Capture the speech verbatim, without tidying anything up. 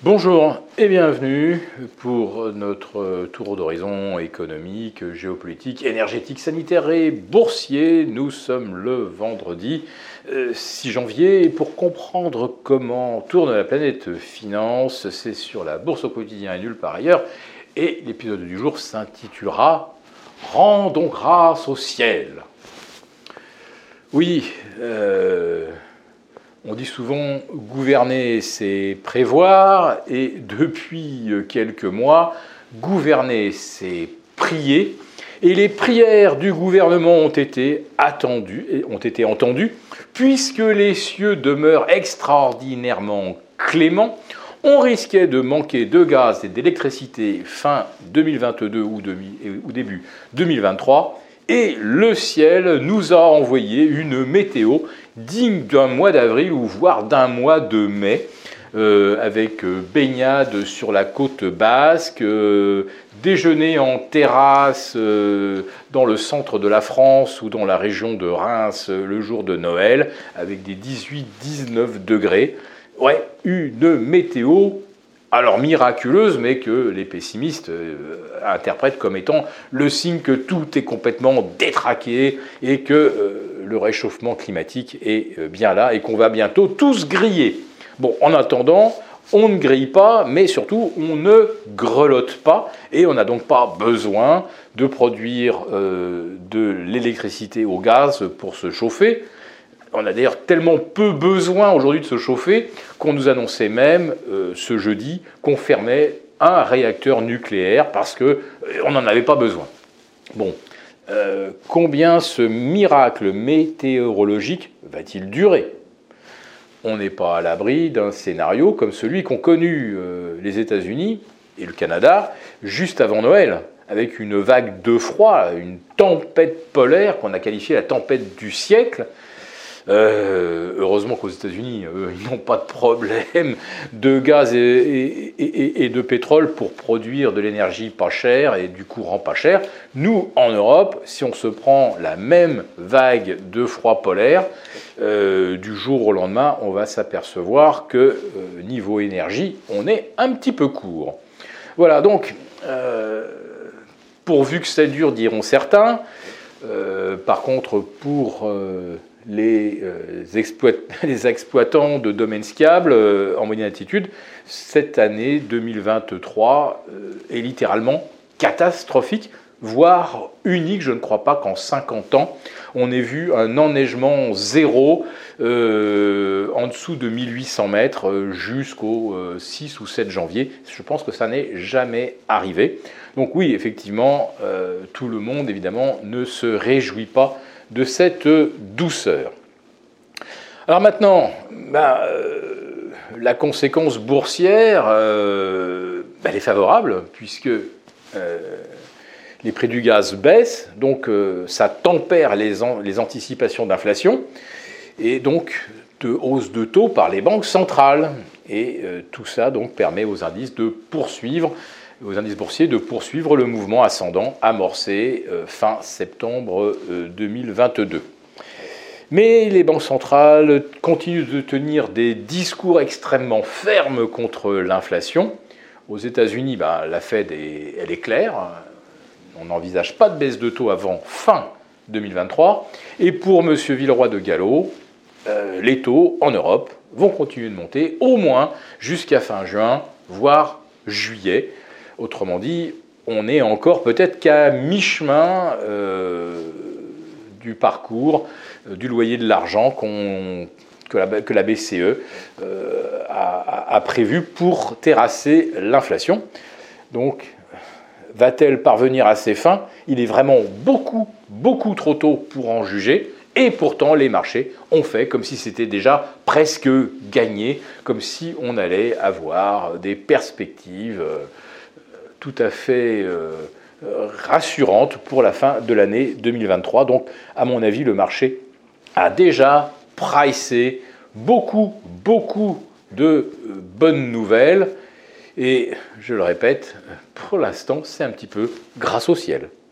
Bonjour et bienvenue pour notre tour d'horizon économique, géopolitique, énergétique, sanitaire et boursier. Nous sommes le vendredi six janvier et pour comprendre comment tourne la planète finance, c'est sur la bourse au quotidien et nulle part ailleurs. Et l'épisode du jour s'intitulera « Rendons grâce au ciel ». Oui, euh, on dit souvent « gouverner, c'est prévoir » et depuis quelques mois, « gouverner, c'est prier ». Et les prières du gouvernement ont été attendues, et ont été entendues, puisque les cieux demeurent extraordinairement cléments. On risquait de manquer de gaz et d'électricité fin deux mille vingt-deux ou, demi, ou début deux mille vingt-trois, et le ciel nous a envoyé une météo digne d'un mois d'avril ou voire d'un mois de mai, euh, avec euh, baignade sur la côte basque, euh, déjeuner en terrasse euh, dans le centre de la France ou dans la région de Reims euh, le jour de Noël, avec des dix-huit à dix-neuf degrés. Ouais, une météo, alors miraculeuse, mais que les pessimistes euh, interprètent comme étant le signe que tout est complètement détraqué et que euh, le réchauffement climatique est euh, bien là et qu'on va bientôt tous griller. Bon, en attendant, on ne grille pas, mais surtout, on ne grelotte pas et on n'a donc pas besoin de produire euh, de l'électricité au gaz pour se chauffer. On a d'ailleurs tellement peu besoin aujourd'hui de se chauffer qu'on nous annonçait même euh, ce jeudi qu'on fermait un réacteur nucléaire parce qu'on euh, n'en avait pas besoin. Bon, euh, combien ce miracle météorologique va-t-il durer ? On n'est pas à l'abri d'un scénario comme celui qu'ont connu euh, les États-Unis et le Canada juste avant Noël, avec une vague de froid, une tempête polaire qu'on a qualifiée la tempête du siècle. Euh, heureusement qu'aux États-Unis, euh, ils n'ont pas de problème de gaz et, et, et, et de pétrole pour produire de l'énergie pas chère et du courant pas cher. Nous, en Europe, si on se prend la même vague de froid polaire, euh, du jour au lendemain, on va s'apercevoir que euh, niveau énergie, on est un petit peu court. Voilà, donc, euh, pourvu que ça dure, diront certains. Euh, par contre, pour euh, les, euh, exploit les exploitants de domaines skiables euh, en moyenne altitude, cette année deux mille vingt-trois euh, est littéralement catastrophique, voire unique. Je ne crois pas qu'en cinquante ans, on ait vu un enneigement zéro euh, en dessous de mille huit cents mètres euh, jusqu'au euh, six ou sept janvier. Je pense que ça n'est jamais arrivé. Donc oui, effectivement, euh, tout le monde, évidemment, ne se réjouit pas de cette douceur. Alors maintenant, ben, euh, la conséquence boursière, euh, ben, elle est favorable, puisque euh, les prix du gaz baissent, donc euh, ça tempère les, an les anticipations d'inflation, et donc de hausse de taux par les banques centrales. Et euh, tout ça donc, permet aux indices de poursuivre aux indices boursiers de poursuivre le mouvement ascendant amorcé euh, fin septembre euh, deux mille vingt-deux. Mais les banques centrales continuent de tenir des discours extrêmement fermes contre l'inflation. Aux États-Unis, ben, la Fed est, elle est claire. On n'envisage pas de baisse de taux avant fin deux mille vingt-trois. Et pour M. Villeroy de Galhau, euh, les taux en Europe vont continuer de monter au moins jusqu'à fin juin, voire juillet. Autrement dit, on est encore peut-être qu'à mi-chemin euh, du parcours euh, du loyer de l'argent qu'on, que, la, que la B C E euh, a, a prévu pour terrasser l'inflation. Donc, va-t-elle parvenir à ses fins ? Il est vraiment beaucoup, beaucoup trop tôt pour en juger. Et pourtant, les marchés ont fait comme si c'était déjà presque gagné, comme si on allait avoir des perspectives euh, tout à fait euh, rassurante pour la fin de l'année deux mille vingt-trois. Donc, à mon avis, le marché a déjà pricé beaucoup, beaucoup de euh, bonnes nouvelles. Et, je le répète, pour l'instant, c'est un petit peu grâce au ciel.